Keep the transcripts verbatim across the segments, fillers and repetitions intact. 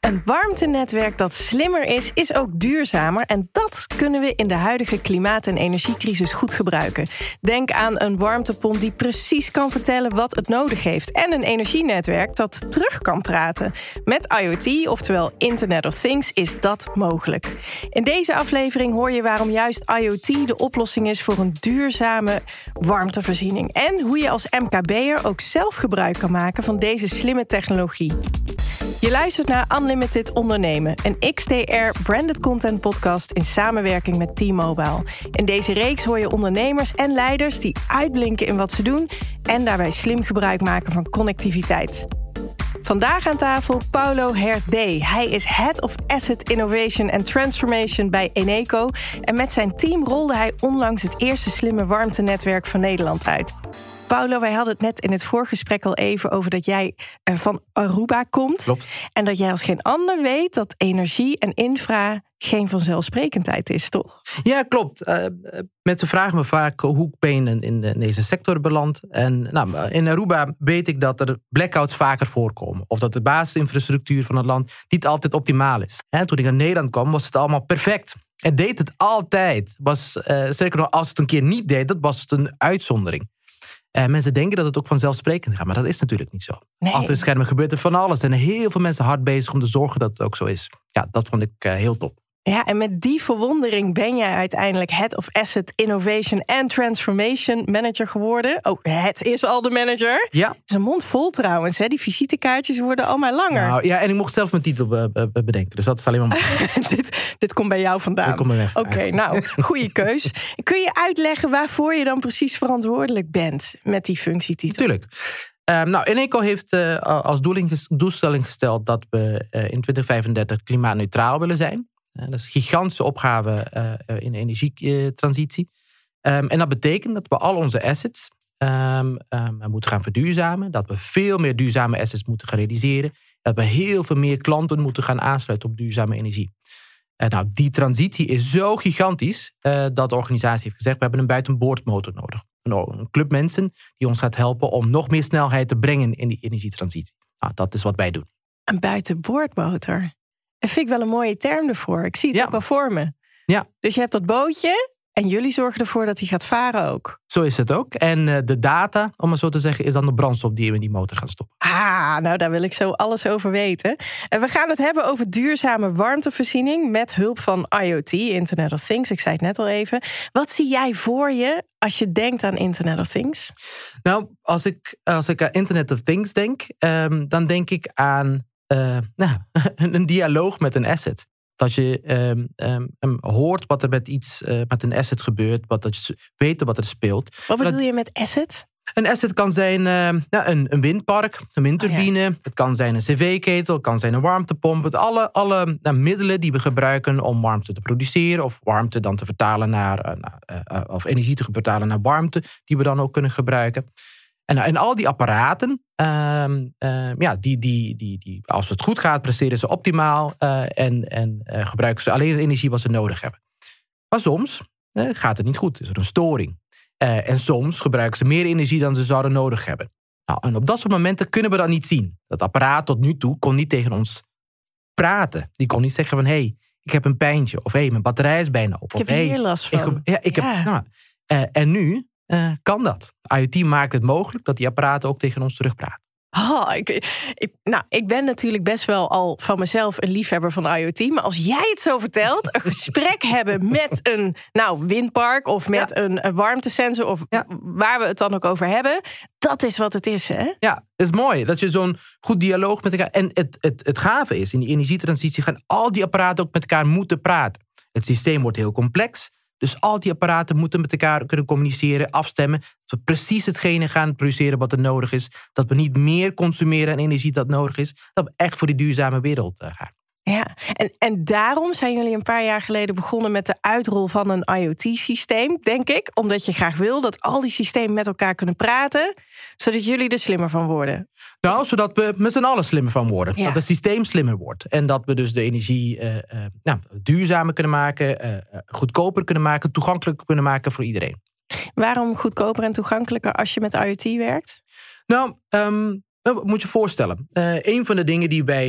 Een warmtenetwerk dat slimmer is, is ook duurzamer. En dat kunnen we in de huidige klimaat- en energiecrisis goed gebruiken. Denk aan een warmtepomp die precies kan vertellen wat het nodig heeft. En een energienetwerk dat terug kan praten. Met IoT, oftewel Internet of Things, is dat mogelijk. In deze aflevering hoor je waarom juist IoT de oplossing is voor een duurzame warmtevoorziening. En hoe je als M K B'er ook zelf gebruik kan maken van deze slimme technologie. Je luistert naar Unlimited Ondernemen, een X T R-branded content podcast in samenwerking met T-Mobile. In deze reeks hoor je ondernemers en leiders die uitblinken in wat ze doen en daarbij slim gebruik maken van connectiviteit. Vandaag aan tafel Paulo Herdé. Hij is Head of Asset Innovation and Transformation bij Eneco. En met zijn team rolde hij onlangs het eerste slimme warmtenetwerk van Nederland uit. Paulo, wij hadden het net in het voorgesprek al even over dat jij van Aruba komt. Klopt. En dat jij als geen ander weet dat energie en infra geen vanzelfsprekendheid is, toch? Ja, klopt. Uh, mensen vragen me vaak hoe ben je in, in deze sector beland. En nou, in Aruba weet ik dat er blackouts vaker voorkomen. Of dat de basisinfrastructuur van het land niet altijd optimaal is. En toen ik naar Nederland kwam, was het allemaal perfect. Het deed het altijd. Was, uh, zeker nog als het een keer niet deed, dat was het een uitzondering. Uh, mensen denken dat het ook vanzelfsprekend gaat, maar dat is natuurlijk niet zo. Nee. Achter de schermen gebeurt er van alles. En heel veel mensen hard bezig om te zorgen dat het ook zo is. Ja, dat vond ik uh, heel top. Ja, en met die verwondering ben jij uiteindelijk Head of Asset Innovation and Transformation Manager geworden. Oh, het is al de manager. Ja. Het is een mond vol trouwens, hè? Die visitekaartjes worden allemaal langer. Nou, ja, en ik mocht zelf mijn titel uh, uh, bedenken, dus dat is alleen maar mooi. dit, dit komt bij jou vandaan. Oké, okay, nou, goede keus. Kun je uitleggen waarvoor je dan precies verantwoordelijk bent met die functietitel? Tuurlijk. Uh, nou, Eneco heeft uh, als doeling, doelstelling gesteld dat we uh, in twintig vijfendertig klimaatneutraal willen zijn. Uh, dat is een gigantische opgave uh, in de energietransitie. Um, en dat betekent dat we al onze assets um, um, moeten gaan verduurzamen. Dat we veel meer duurzame assets moeten gaan realiseren. Dat we heel veel meer klanten moeten gaan aansluiten op duurzame energie. Uh, nou, die transitie is zo gigantisch uh, dat de organisatie heeft gezegd, we hebben een buitenboordmotor nodig. Een, een club mensen die ons gaat helpen om nog meer snelheid te brengen in die energietransitie. Nou, dat is wat wij doen. Een buitenboordmotor. Dat vind ik wel een mooie term ervoor. Ik zie het ja. ook wel voor me. Ja. Dus je hebt dat bootje en jullie zorgen ervoor dat hij gaat varen ook. Zo is het ook. En uh, de data, om maar zo te zeggen, is dan de brandstof die we in die motor gaan stoppen. Ah, nou daar wil ik zo alles over weten. En we gaan het hebben over duurzame warmtevoorziening met hulp van IoT, Internet of Things. Ik zei het net al even. Wat zie jij voor je als je denkt aan Internet of Things? Nou, als ik, als ik aan Internet of Things denk, um, dan denk ik aan Uh, nou, een dialoog met een asset. Dat je um, um, hoort wat er met iets, uh, met een asset gebeurt. Wat, dat je weet wat er speelt. Wat bedoel dat, je met asset? Een asset kan zijn uh, nou, een, een windpark, een windturbine. Oh ja. Het kan zijn een cv-ketel, het kan zijn een warmtepomp. Het alle alle nou, middelen die we gebruiken om warmte te produceren. Of warmte dan te vertalen naar, uh, naar uh, of energie te vertalen naar warmte. Die we dan ook kunnen gebruiken. En, en al die apparaten, uh, uh, ja, die, die, die, die, als het goed gaat, presteren ze optimaal. Uh, en en uh, gebruiken ze alleen de energie wat ze nodig hebben. Maar soms uh, gaat het niet goed. Is er een storing. Uh, en soms gebruiken ze meer energie dan ze zouden nodig hebben. Nou, en op dat soort momenten kunnen we dat niet zien. Dat apparaat tot nu toe kon niet tegen ons praten. Die kon niet zeggen van, hé, hey, ik heb een pijntje. Of hé, hey, mijn batterij is bijna op. Ik heb of, hier hey, last van. Ik, ja, ik ja. heb, nou, uh, en nu... Uh, kan dat. IoT maakt het mogelijk dat die apparaten ook tegen ons terugpraten. Oh, ik, ik, nou, ik ben natuurlijk best wel al van mezelf een liefhebber van IoT. Maar als jij het zo vertelt, een gesprek hebben met een nou, windpark of met ja. een, een warmtesensor of ja. waar we het dan ook over hebben, dat is wat het is, hè? Ja, het is mooi dat je zo'n goed dialoog met elkaar... En het, het, het gave is, in die energietransitie gaan al die apparaten ook met elkaar moeten praten. Het systeem wordt heel complex. Dus al die apparaten moeten met elkaar kunnen communiceren, afstemmen. Dat we precies hetgene gaan produceren wat er nodig is. Dat we niet meer consumeren aan energie dat nodig is. Dat we echt voor die duurzame wereld gaan. Ja, en, en daarom zijn jullie een paar jaar geleden begonnen met de uitrol van een IoT-systeem, denk ik. Omdat je graag wil dat al die systemen met elkaar kunnen praten, zodat jullie er slimmer van worden. Nou, zodat we met z'n allen slimmer van worden. Ja. Dat het systeem slimmer wordt. En dat we dus de energie uh, uh, nou, duurzamer kunnen maken, uh, goedkoper kunnen maken, toegankelijker kunnen maken voor iedereen. Waarom goedkoper en toegankelijker als je met IoT werkt? Nou, um, moet je voorstellen. Uh, een van de dingen die wij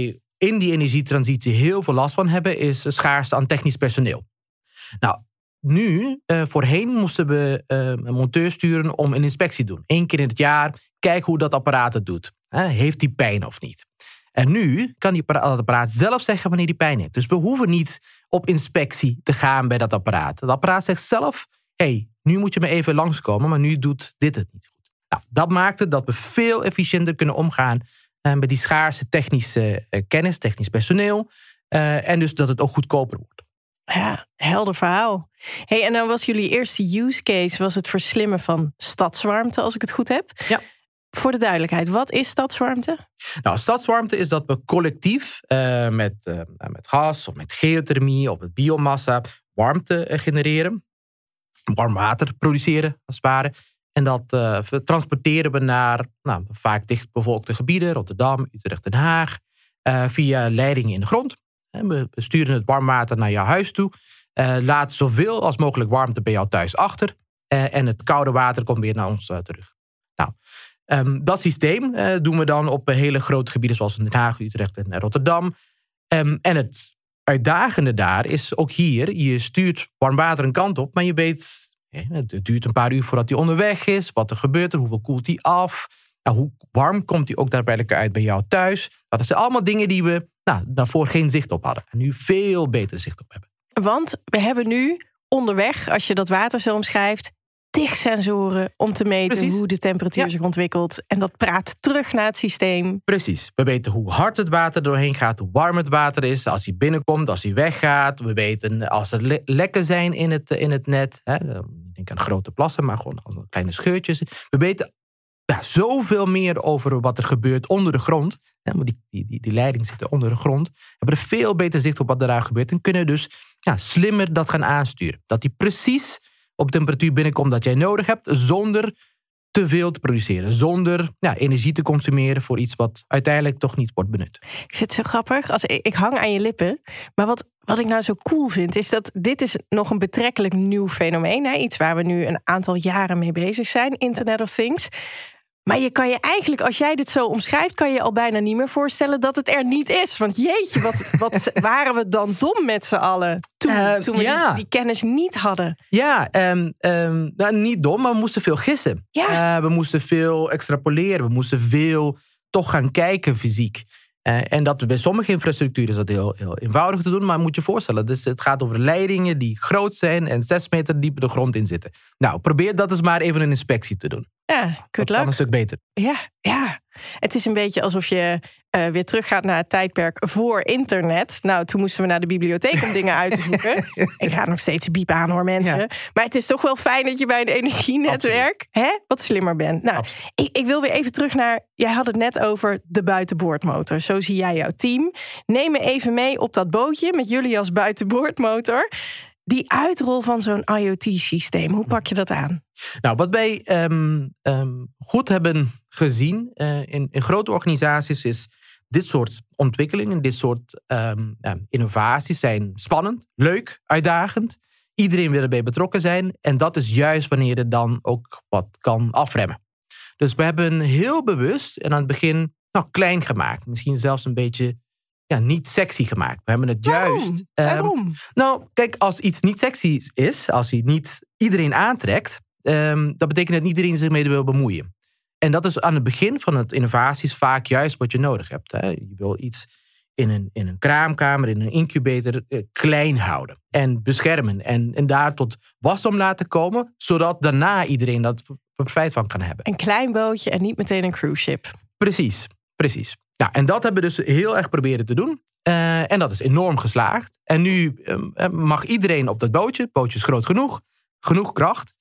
in die energietransitie heel veel last van hebben, is schaarste aan technisch personeel. Nou, nu, uh, voorheen moesten we uh, een monteur sturen om een inspectie te doen. Eén keer in het jaar, kijk hoe dat apparaat het doet. Uh, heeft die pijn of niet? En nu kan die apparaat, dat apparaat zelf zeggen wanneer die pijn heeft. Dus we hoeven niet op inspectie te gaan bij dat apparaat. Het apparaat zegt zelf, hé, hey, nu moet je me even langskomen, maar nu doet dit het niet goed. Nou, dat maakt het dat we veel efficiënter kunnen omgaan uh, met die schaarse technische uh, kennis, technisch personeel. Uh, en dus dat het ook goedkoper wordt. Ja, helder verhaal. Hey, en dan was jullie eerste use case was het verslimmen van stadswarmte, als ik het goed heb. Ja. Voor de duidelijkheid, wat is stadswarmte? Nou, stadswarmte is dat we collectief uh, met, uh, met gas of met geothermie of met biomassa warmte uh, genereren. Warm water produceren, als het ware. En dat uh, transporteren we naar nou, vaak dichtbevolkte gebieden, Rotterdam, Utrecht, Den Haag, uh, via leidingen in de grond. We sturen het warm water naar jouw huis toe. Uh, laten zoveel als mogelijk warmte bij jou thuis achter. Uh, en het koude water komt weer naar ons uh, terug. Nou, um, dat systeem uh, doen we dan op hele grote gebieden zoals in Den Haag, Utrecht en Rotterdam. Um, en het uitdagende daar is ook hier, je stuurt warm water een kant op, maar je weet, eh, het duurt een paar uur voordat hij onderweg is. Wat er gebeurt er, hoeveel koelt hij af? Nou, hoe warm komt hij ook daarbij uit bij jou thuis? Dat zijn allemaal dingen die we nou, daarvoor geen zicht op hadden. En nu veel beter zicht op hebben. Want we hebben nu onderweg, als je dat water zo omschrijft, tig sensoren om te meten Precies. hoe de temperatuur ja. zich ontwikkelt. En dat praat terug naar het systeem. Precies. We weten hoe hard het water doorheen gaat, hoe warm het water is, als hij binnenkomt, als hij weggaat. We weten als er le- lekken zijn in het, in het net. Hè. Ik denk aan grote plassen, maar gewoon als kleine scheurtjes. We weten ja, zoveel meer over wat er gebeurt onder de grond. Ja, die, die, die leiding zit onder de grond. We hebben er veel beter zicht op wat er daar gebeurt. En kunnen dus ja, slimmer dat gaan aansturen. Dat die precies op temperatuur binnenkomt dat jij nodig hebt, zonder te veel te produceren. Zonder ja, energie te consumeren voor iets wat uiteindelijk toch niet wordt benut. Ik vind het zo grappig. Als ik, ik hang aan je lippen. Maar wat, wat ik nou zo cool vind, is dat dit is nog een betrekkelijk nieuw fenomeen. Hè? Iets waar we nu een aantal jaren mee bezig zijn. Internet of Things. Maar je kan je eigenlijk, als jij dit zo omschrijft, kan je al bijna niet meer voorstellen dat het er niet is. Want jeetje, wat, wat waren we dan dom met z'n allen toen, uh, toen we ja. die, die kennis niet hadden. Ja, um, um, nou, niet dom, maar we moesten veel gissen. Ja. Uh, we moesten veel extrapoleren. We moesten veel toch gaan kijken fysiek. Uh, en dat bij sommige infrastructuur is dat heel, heel eenvoudig te doen. Maar moet je je voorstellen, dus het gaat over leidingen die groot zijn en zes meter diep de grond in zitten. Nou, probeer dat eens maar even een inspectie te doen. Ja, good dat luck. kan een stuk beter. Ja, ja. Het is een beetje alsof je uh, weer teruggaat naar het tijdperk voor internet. Nou, toen moesten we naar de bibliotheek om dingen uit te zoeken. Ik ga nog steeds biep aan, hoor, mensen. Ja. Maar het is toch wel fijn dat je bij een energienetwerk hè, wat slimmer bent. Nou, ik, ik wil weer even terug naar, jij had het net over de buitenboordmotor. Zo zie jij jouw team. Neem me even mee op dat bootje met jullie als buitenboordmotor. Die uitrol van zo'n IoT-systeem, hoe pak je dat aan? Nou, wat wij um, um, goed hebben gezien uh, in, in grote organisaties is dit soort ontwikkelingen, dit soort um, um, innovaties zijn spannend, leuk, uitdagend. Iedereen wil erbij betrokken zijn en dat is juist wanneer het dan ook wat kan afremmen. Dus we hebben heel bewust en aan het begin nou, klein gemaakt, misschien zelfs een beetje ja, niet sexy gemaakt. We hebben het Waarom? juist... Um, Waarom? Nou, kijk, als iets niet sexy is, als hij niet iedereen aantrekt, um, dat betekent dat niet iedereen zich mee wil bemoeien. En dat is aan het begin van het innovaties vaak juist wat je nodig hebt. Hè. Je wil iets in een, in een kraamkamer, in een incubator uh, klein houden en beschermen. En, en daar tot wasdom laten komen, zodat daarna iedereen dat profijt van kan hebben. Een klein bootje en niet meteen een cruise ship. Precies, precies. Ja, en dat hebben we dus heel erg proberen te doen. Uh, en dat is enorm geslaagd. En nu uh, mag iedereen op dat bootje. Het bootje is groot genoeg. Genoeg kracht.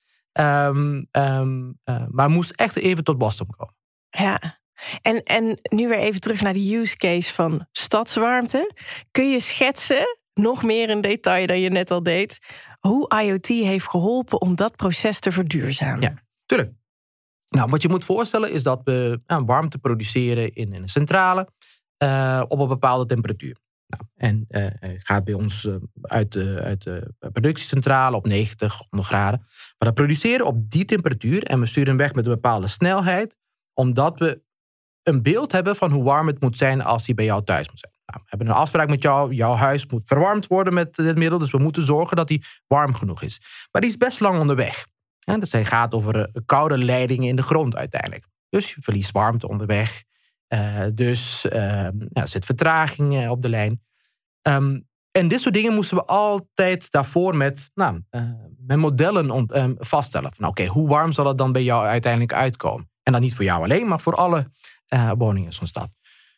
Um, um, uh, maar moest echt even tot wasdom komen. Ja. En, en nu weer even terug naar de use case van stadswarmte. Kun je schetsen, nog meer in detail dan je net al deed, hoe IoT heeft geholpen om dat proces te verduurzamen? Ja, tuurlijk. Nou, wat je moet voorstellen is dat we nou, warmte produceren in, in een centrale uh, op een bepaalde temperatuur. Nou, en uh, gaat bij ons uh, uit, de, uit de productiecentrale op negentig, honderd graden. Maar dat produceren op die temperatuur en we sturen hem weg met een bepaalde snelheid, omdat we een beeld hebben van hoe warm het moet zijn als hij bij jou thuis moet zijn. Nou, we hebben een afspraak met jou. Jouw huis moet verwarmd worden met dit middel. Dus we moeten zorgen dat die warm genoeg is. Maar die is best lang onderweg. Ja, dat gaat over koude leidingen in de grond uiteindelijk. Dus je verliest warmte onderweg. Uh, dus uh, ja, er zit vertraging uh, op de lijn. Um, en dit soort dingen moesten we altijd daarvoor met, nou, uh, met modellen ont, um, vaststellen. Van oké, okay, hoe warm zal het dan bij jou uiteindelijk uitkomen? En dan niet voor jou alleen, maar voor alle uh, woningen in zo'n stad.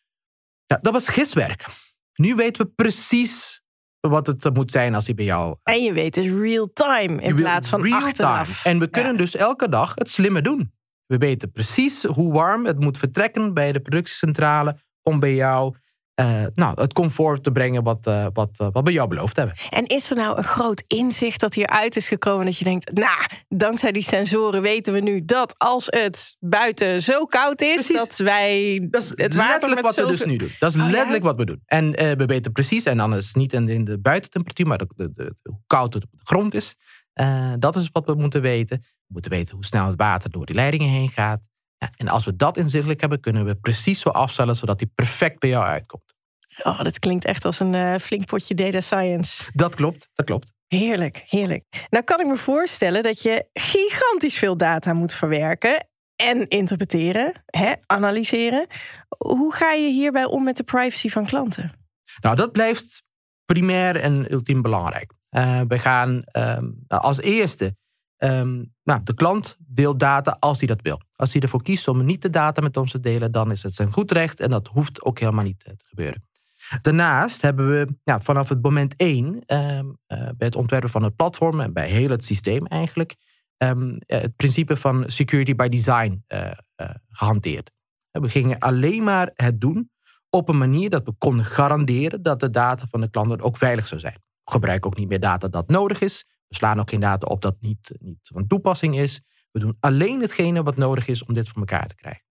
Ja, dat was giswerk. Nu weten we precies wat het moet zijn als hij bij jou... En je weet dus real time in plaats van achteraf. Time. En we kunnen ja. dus elke dag het slimmer doen. We weten precies hoe warm het moet vertrekken bij de productiecentrale om bij jou uh, nou, het comfort te brengen wat, uh, wat, uh, wat we jou beloofd hebben. En is er nou een groot inzicht dat hieruit is gekomen dat je denkt, nou, dankzij die sensoren weten we nu dat als het buiten zo koud is, precies. dat wij dat is het water letterlijk met wat zoveel... we dus nu doen. Dat is oh, letterlijk ja? wat we doen. En uh, we weten precies, en dan is het niet in de buitentemperatuur, maar de, de, de, hoe koud het op de grond is. Uh, dat is wat we moeten weten. We moeten weten hoe snel het water door die leidingen heen gaat. Ja, en als we dat inzichtelijk hebben, kunnen we precies zo afstellen zodat die perfect bij jou uitkomt. Oh, dat klinkt echt als een uh, flink potje data science. Dat klopt, dat klopt. Heerlijk, heerlijk. Nou kan ik me voorstellen dat je gigantisch veel data moet verwerken en interpreteren, hè, analyseren. Hoe ga je hierbij om met de privacy van klanten? Nou, dat blijft primair en ultiem belangrijk. Uh, we gaan um, als eerste... Um, nou, de klant deelt data als hij dat wil. Als hij ervoor kiest om niet de data met ons te delen, dan is het zijn goed recht en dat hoeft ook helemaal niet te gebeuren. Daarnaast hebben we ja, vanaf het moment één, um, uh, bij het ontwerpen van het platform en bij heel het systeem eigenlijk, um, het principe van security by design uh, uh, gehanteerd. We gingen alleen maar het doen op een manier dat we konden garanderen dat de data van de klanten ook veilig zou zijn. We gebruiken ook niet meer data dat nodig is. We slaan ook geen data op dat niet, niet van toepassing is. We doen alleen hetgene wat nodig is om dit voor elkaar te krijgen.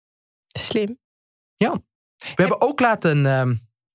Slim. Ja. We hebben ook laten, uh,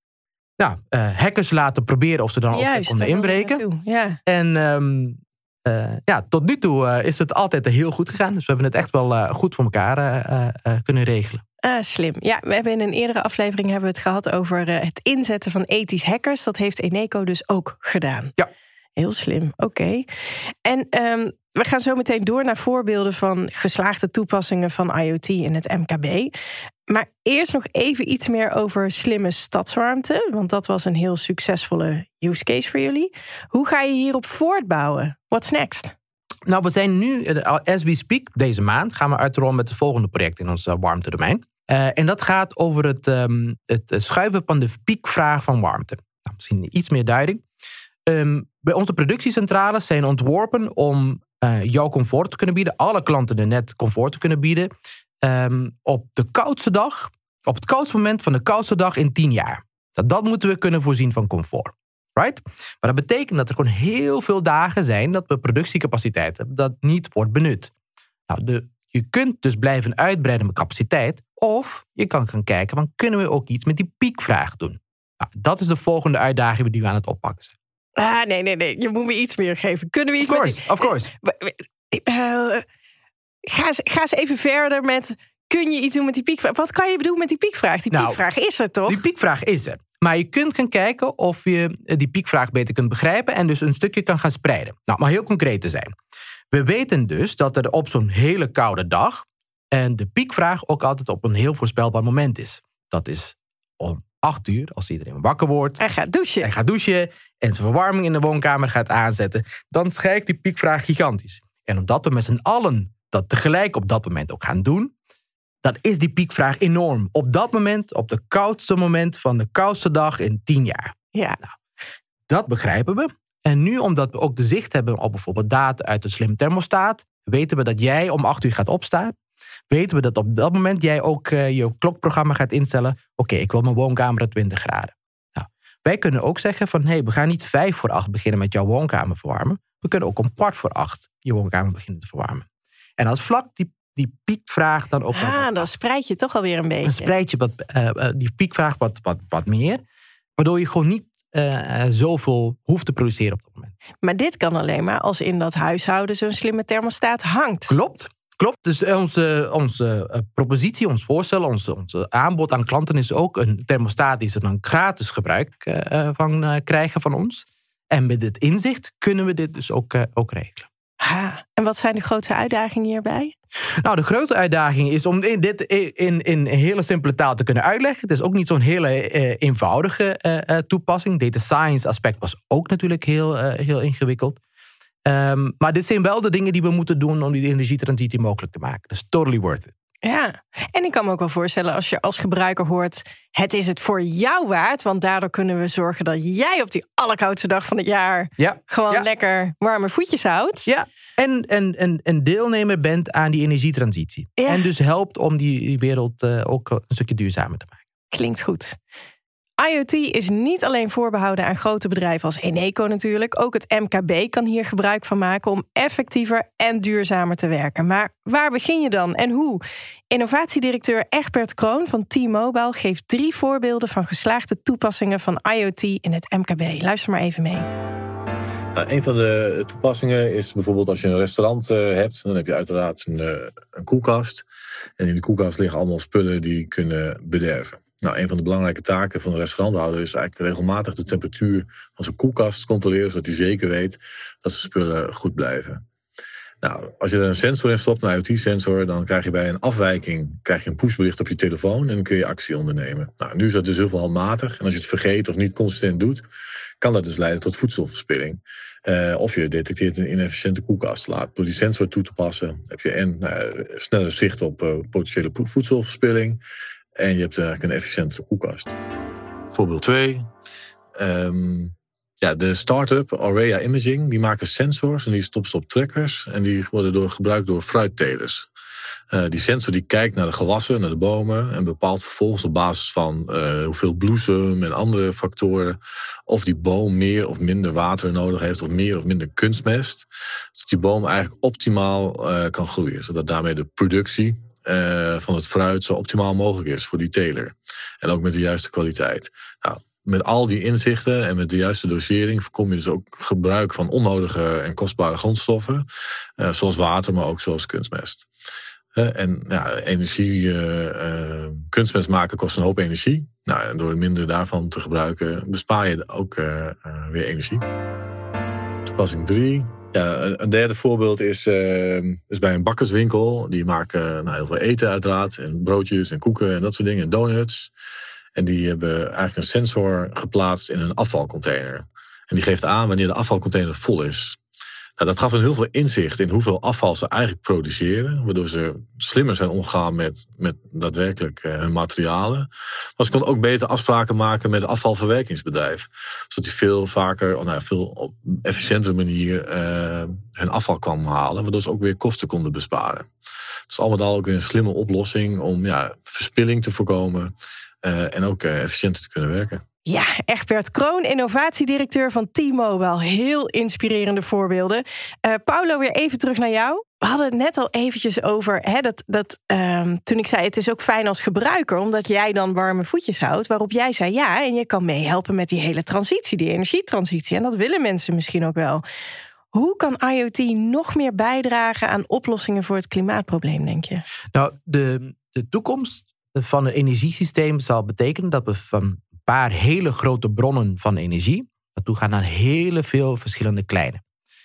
nou, uh, hackers laten proberen of ze dan Juist, ook konden inbreken. Ja. En um, uh, ja, tot nu toe uh, is het altijd heel goed gegaan. Dus we hebben het echt wel uh, goed voor elkaar uh, uh, kunnen regelen. Ah, slim. Ja, we hebben in een eerdere aflevering hebben we het gehad over uh, het inzetten van ethisch hackers. Dat heeft Eneco dus ook gedaan. Ja. Heel slim, oké. Okay. En um, we gaan zo meteen door naar voorbeelden van geslaagde toepassingen van IoT in het M K B. Maar eerst nog even iets meer over slimme stadswarmte. Want dat was een heel succesvolle use case voor jullie. Hoe ga je hierop voortbouwen? What's next? Nou, we zijn nu, as we speak, deze maand gaan we uitrollen met het volgende project in ons warmtedomein. Uh, en dat gaat over het, um, het schuiven van de piekvraag van warmte. Nou, misschien iets meer duiding. Um, bij onze productiecentrales zijn ontworpen om uh, jouw comfort te kunnen bieden. Alle klanten er net comfort te kunnen bieden. Um, op de koudste dag, op het koudste moment van de koudste dag in tien jaar. Dat, dat moeten we kunnen voorzien van comfort. Right? Maar dat betekent dat er gewoon heel veel dagen zijn dat we productiecapaciteit hebben dat niet wordt benut. Nou, de, je kunt dus blijven uitbreiden met capaciteit. Of je kan gaan kijken, van, kunnen we ook iets met die piekvraag doen? Nou, dat is de volgende uitdaging die we aan het oppakken zijn. Ah, nee, nee, nee. Je moet me iets meer geven. Kunnen we iets of course, met... Of course, uh, ga, ga eens even verder met... Kun je iets doen met die piekvraag? Wat kan je bedoelen met die piekvraag? Die nou, piekvraag is er toch? Die piekvraag is er. Maar je kunt gaan kijken of je die piekvraag beter kunt begrijpen... en dus een stukje kan gaan spreiden. Nou, maar heel concreet te zijn. We weten dus dat er op zo'n hele koude dag... en de piekvraag ook altijd op een heel voorspelbaar moment is. Dat is om acht uur, als iedereen wakker wordt. En gaat douchen. En gaat douchen en zijn verwarming in de woonkamer gaat aanzetten. Dan stijgt die piekvraag gigantisch. En omdat we met z'n allen dat tegelijk op dat moment ook gaan doen... dan is die piekvraag enorm. Op dat moment, op de koudste moment van de koudste dag in tien jaar. Ja. Nou, dat begrijpen we. En nu, omdat we ook zicht hebben op bijvoorbeeld data uit het slim thermostaat... weten we dat jij om acht uur gaat opstaan... weten we dat op dat moment jij ook uh, je klokprogramma gaat instellen... oké, okay, ik wil mijn woonkamer at twintig graden. Nou, wij kunnen ook zeggen van... hé, hey, we gaan niet vijf voor acht beginnen met jouw woonkamer verwarmen. We kunnen ook om kwart voor acht je woonkamer beginnen te verwarmen. En als vlak die, die piekvraag dan ook... Ah, dan spreid je toch alweer een beetje. Dan spreid je wat, uh, uh, die piekvraag wat, wat, wat meer... waardoor je gewoon niet uh, zoveel hoeft te produceren op dat moment. Maar dit kan alleen maar als in dat huishouden zo'n slimme thermostaat hangt. Klopt. Klopt, dus onze, onze propositie, ons voorstel, ons, onze aanbod aan klanten is ook een thermostaat die ze dan gratis gebruik uh, van uh, krijgen van ons. En met dit inzicht kunnen we dit dus ook, uh, ook regelen. Ha, en wat zijn de grootste uitdagingen hierbij? Nou, de grote uitdaging is om dit in, in hele simpele taal te kunnen uitleggen. Het is ook niet zo'n hele uh, eenvoudige uh, toepassing. Data science aspect was ook natuurlijk heel, uh, heel ingewikkeld. Um, maar dit zijn wel de dingen die we moeten doen om die energietransitie mogelijk te maken. Dus totally worth it. Ja, en ik kan me ook wel voorstellen als je als gebruiker hoort, het is het voor jou waard, want daardoor kunnen we zorgen dat jij op die allerkoudste dag van het jaar ja, gewoon ja. lekker warme voetjes houdt. Ja, en, en, en, en deelnemer bent aan die energietransitie. Ja. En dus helpt om die, die wereld uh, ook een stukje duurzamer te maken. Klinkt goed. IoT is niet alleen voorbehouden aan grote bedrijven als Eneco natuurlijk. Ook het M K B kan hier gebruik van maken om effectiever en duurzamer te werken. Maar waar begin je dan en hoe? Innovatiedirecteur Egbert Kroon van T-Mobile geeft drie voorbeelden van geslaagde toepassingen van IoT in het M K B. Luister maar even mee. Nou, een van de toepassingen is bijvoorbeeld als je een restaurant uh, hebt, dan heb je uiteraard een, uh, een koelkast. En in de koelkast liggen allemaal spullen die kunnen bederven. Nou, een van de belangrijke taken van een restauranthouder is eigenlijk regelmatig de temperatuur van zijn koelkast controleren, zodat hij zeker weet dat zijn spullen goed blijven. Nou, als je er een sensor in stopt, een IoT-sensor, dan krijg je bij een afwijking krijg je een pushbericht op je telefoon en dan kun je actie ondernemen. Nou, nu is dat dus heel veel handmatig en als je het vergeet of niet consistent doet, kan dat dus leiden tot voedselverspilling. Uh, of je detecteert een inefficiënte koelkast. Laat door die sensor toe te passen heb je en uh, sneller zicht op uh, potentiële voedselverspilling. En je hebt eigenlijk een efficiëntere koelkast. Voorbeeld twee. Um, ja, de start-up Aurea Imaging die maken sensors en die stoppen ze op trekkers. En die worden door, gebruikt door fruittelers. Uh, die sensor die kijkt naar de gewassen, naar de bomen. En bepaalt vervolgens op basis van uh, hoeveel bloesem en andere factoren of die boom meer of minder water nodig heeft. Of meer of minder kunstmest. Zodat die boom eigenlijk optimaal uh, kan groeien. Zodat daarmee de productie Uh, van het fruit zo optimaal mogelijk is voor die teler. En ook met de juiste kwaliteit. Nou, met al die inzichten en met de juiste dosering voorkom je dus ook gebruik van onnodige en kostbare grondstoffen. Uh, zoals water, maar ook zoals kunstmest. Uh, en ja, energie, uh, uh, kunstmest maken kost een hoop energie. Nou, en door minder daarvan te gebruiken bespaar je ook uh, uh, weer energie. Toepassing drie. Ja, een derde voorbeeld is, uh, is bij een bakkerswinkel. Die maken nou, heel veel eten uiteraard. En broodjes en koeken en dat soort dingen. En donuts. En die hebben eigenlijk een sensor geplaatst in een afvalcontainer. En die geeft aan wanneer de afvalcontainer vol is. Nou, dat gaf hen heel veel inzicht in hoeveel afval ze eigenlijk produceren. Waardoor ze slimmer zijn omgegaan met, met daadwerkelijk uh, hun materialen. Maar ze konden ook beter afspraken maken met het afvalverwerkingsbedrijf. Zodat die veel vaker, nou, veel op efficiëntere manier uh, hun afval kwam halen. Waardoor ze ook weer kosten konden besparen. Dat is allemaal ook weer een slimme oplossing om ja, verspilling te voorkomen. Uh, en ook uh, efficiënter te kunnen werken. Ja, Egbert Kroon, innovatiedirecteur van T-Mobile. Heel inspirerende voorbeelden. Uh, Paulo, weer even terug naar jou. We hadden het net al eventjes over, hè, dat, dat, um, toen ik zei het is ook fijn als gebruiker, omdat jij dan warme voetjes houdt. Waarop jij zei ja, en je kan meehelpen met die hele transitie, die energietransitie. En dat willen mensen misschien ook wel. Hoe kan IoT nog meer bijdragen aan oplossingen voor het klimaatprobleem, denk je? Nou, de, de toekomst van het energiesysteem zal betekenen dat we van een paar hele grote bronnen van energie naartoe gaan naar hele veel verschillende kleine.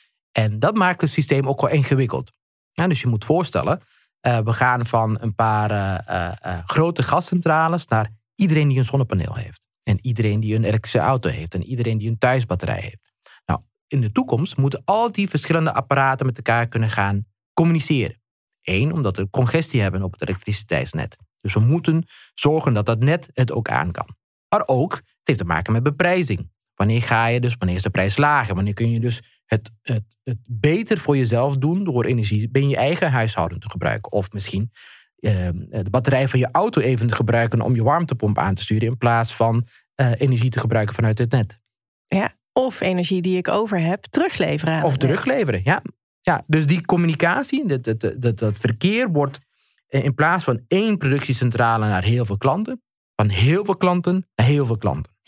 En dat maakt het systeem ook wel ingewikkeld. Ja, dus je moet voorstellen, uh, we gaan van een paar uh, uh, uh, grote gascentrales naar iedereen die een zonnepaneel heeft. En iedereen die een elektrische auto heeft. En iedereen die een thuisbatterij heeft. Nou, in de toekomst moeten al die verschillende apparaten met elkaar kunnen gaan communiceren. Eén, omdat we congestie hebben op het elektriciteitsnet. Dus we moeten zorgen dat dat net het ook aan kan. Maar ook, het heeft te maken met beprijzing. Wanneer ga je dus, wanneer is de prijs lager? Wanneer kun je dus het, het, het beter voor jezelf doen door energie binnen je eigen huishouden te gebruiken? Of misschien uh, de batterij van je auto even te gebruiken om je warmtepomp aan te sturen in plaats van uh, energie te gebruiken vanuit het net. Ja, of energie die ik over heb, terugleveren aan Of het terugleveren, ja. ja. Dus die communicatie, dat, dat, dat, dat verkeer wordt in plaats van één productiecentrale naar heel veel klanten, van heel veel klanten naar heel veel klanten.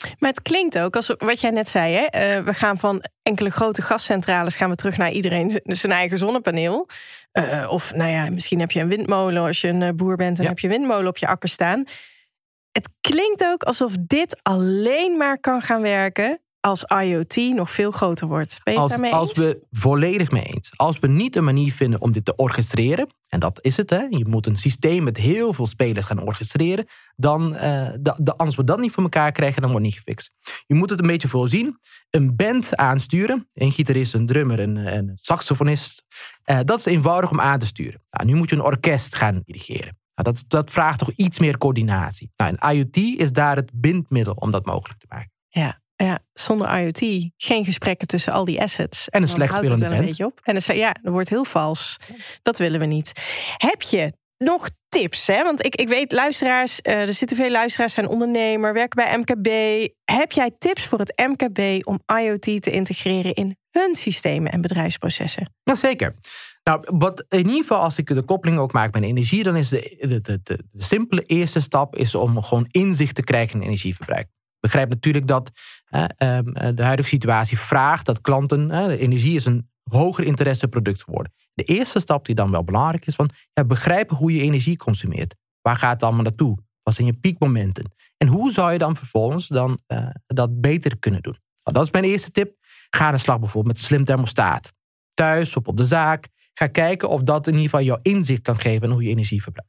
Maar het klinkt ook als wat jij net zei. Hè? Uh, we gaan van enkele grote gascentrales gaan we terug naar iedereen zijn eigen zonnepaneel. Uh, of nou ja, misschien heb je een windmolen. Als je een boer bent, dan ja. heb je een windmolen op je akker staan. Het klinkt ook alsof dit alleen maar kan gaan werken als I O T nog veel groter wordt. Ben je als, het daarmee als eens? we volledig mee eens. Als we niet een manier vinden om dit te orchestreren, en dat is het, hè, je moet een systeem met heel veel spelers gaan orchestreren, dan, uh, da, da, als we dat niet voor elkaar krijgen, dan wordt het niet gefixt. Je moet het een beetje voorzien. Een band aansturen, een gitarist, een drummer, een, een saxofonist, uh, dat is eenvoudig om aan te sturen. Nou, nu moet je een orkest gaan dirigeren. Nou, dat, dat vraagt toch iets meer coördinatie. Nou, en I O T is daar het bindmiddel om dat mogelijk te maken. Ja. Ja, zonder I O T geen gesprekken tussen al die assets. En een slecht spelende band. Een beetje op. En dan, ja, dat wordt heel vals. Dat willen we niet. Heb je nog tips? Hè? Want ik, ik weet, luisteraars, uh, er zitten veel luisteraars, zijn ondernemer, werken bij M K B. Heb jij tips voor het M K B om I O T te integreren in hun systemen en bedrijfsprocessen? Jazeker. Nou, wat in ieder geval, als ik de koppeling ook maak met energie, dan is de, de, de, de, de simpele eerste stap is om gewoon inzicht te krijgen in energieverbruik. Ik begrijp natuurlijk dat uh, de huidige situatie vraagt dat klanten, uh, de energie is een hoger interesseproduct geworden. De eerste stap die dan wel belangrijk is, van ja, begrijpen hoe je energie consumeert. Waar gaat het allemaal naartoe? Wat zijn je piekmomenten? En hoe zou je dan vervolgens dan, uh, dat beter kunnen doen? Nou, dat is mijn eerste tip. Ga aan de slag bijvoorbeeld met een slim thermostaat. Thuis of op de zaak. Ga kijken of dat in ieder geval jouw inzicht kan geven in hoe je energie verbruikt.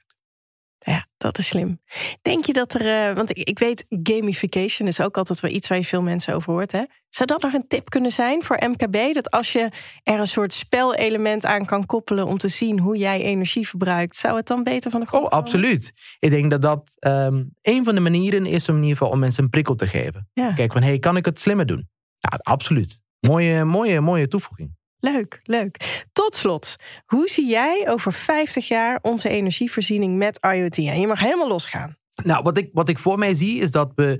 Ja, dat is slim. Denk je dat er... Uh, want ik, ik weet, gamification is ook altijd wel iets waar je veel mensen over hoort. Hè? Zou dat nog een tip kunnen zijn voor M K B? Dat als je er een soort spelelement aan kan koppelen om te zien hoe jij energie verbruikt, zou het dan beter van de grond Oh, komen? absoluut. Ik denk dat dat um, een van de manieren is om in ieder geval om mensen een prikkel te geven. Ja. Kijk van, hey, kan ik het slimmer doen? Ja, absoluut. Mooie, mooie, mooie toevoeging. Leuk, leuk. Tot slot, hoe zie jij over vijftig jaar onze energievoorziening met I O T? En je mag helemaal losgaan. Nou, wat ik, wat ik voor mij zie is dat we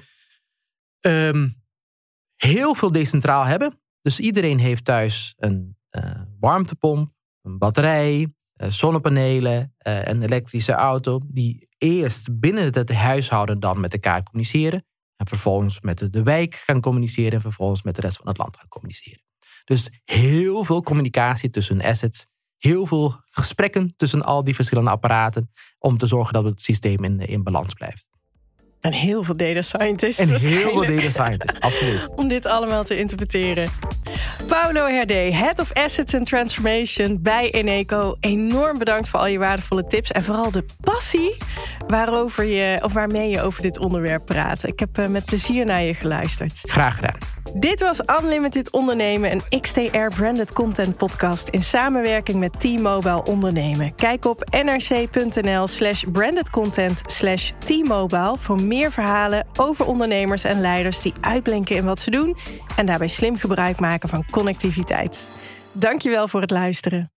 um, heel veel decentraal hebben. Dus iedereen heeft thuis een uh, warmtepomp, een batterij, uh, zonnepanelen, uh, een elektrische auto, die eerst binnen het huishouden dan met elkaar communiceren. En vervolgens met de, de wijk gaan communiceren en vervolgens met de rest van het land gaan communiceren. Dus heel veel communicatie tussen assets. Heel veel gesprekken tussen al die verschillende apparaten. Om te zorgen dat het systeem in, in balans blijft. En heel veel data scientists. En heel veel data scientists, absoluut. Om dit allemaal te interpreteren. Paulo Herdé, Head of Assets and Transformation bij Eneco. Enorm bedankt voor al je waardevolle tips. En vooral de passie waarover je, of waarmee je over dit onderwerp praat. Ik heb uh, met plezier naar je geluisterd. Graag gedaan. Dit was Unlimited Ondernemen, een X T R branded content podcast in samenwerking met T-Mobile Ondernemen. Kijk op nrc.nl slash branded content slash T-Mobile voor meer verhalen over ondernemers en leiders die uitblinken in wat ze doen en daarbij slim gebruik maken van connectiviteit. Dankjewel voor het luisteren.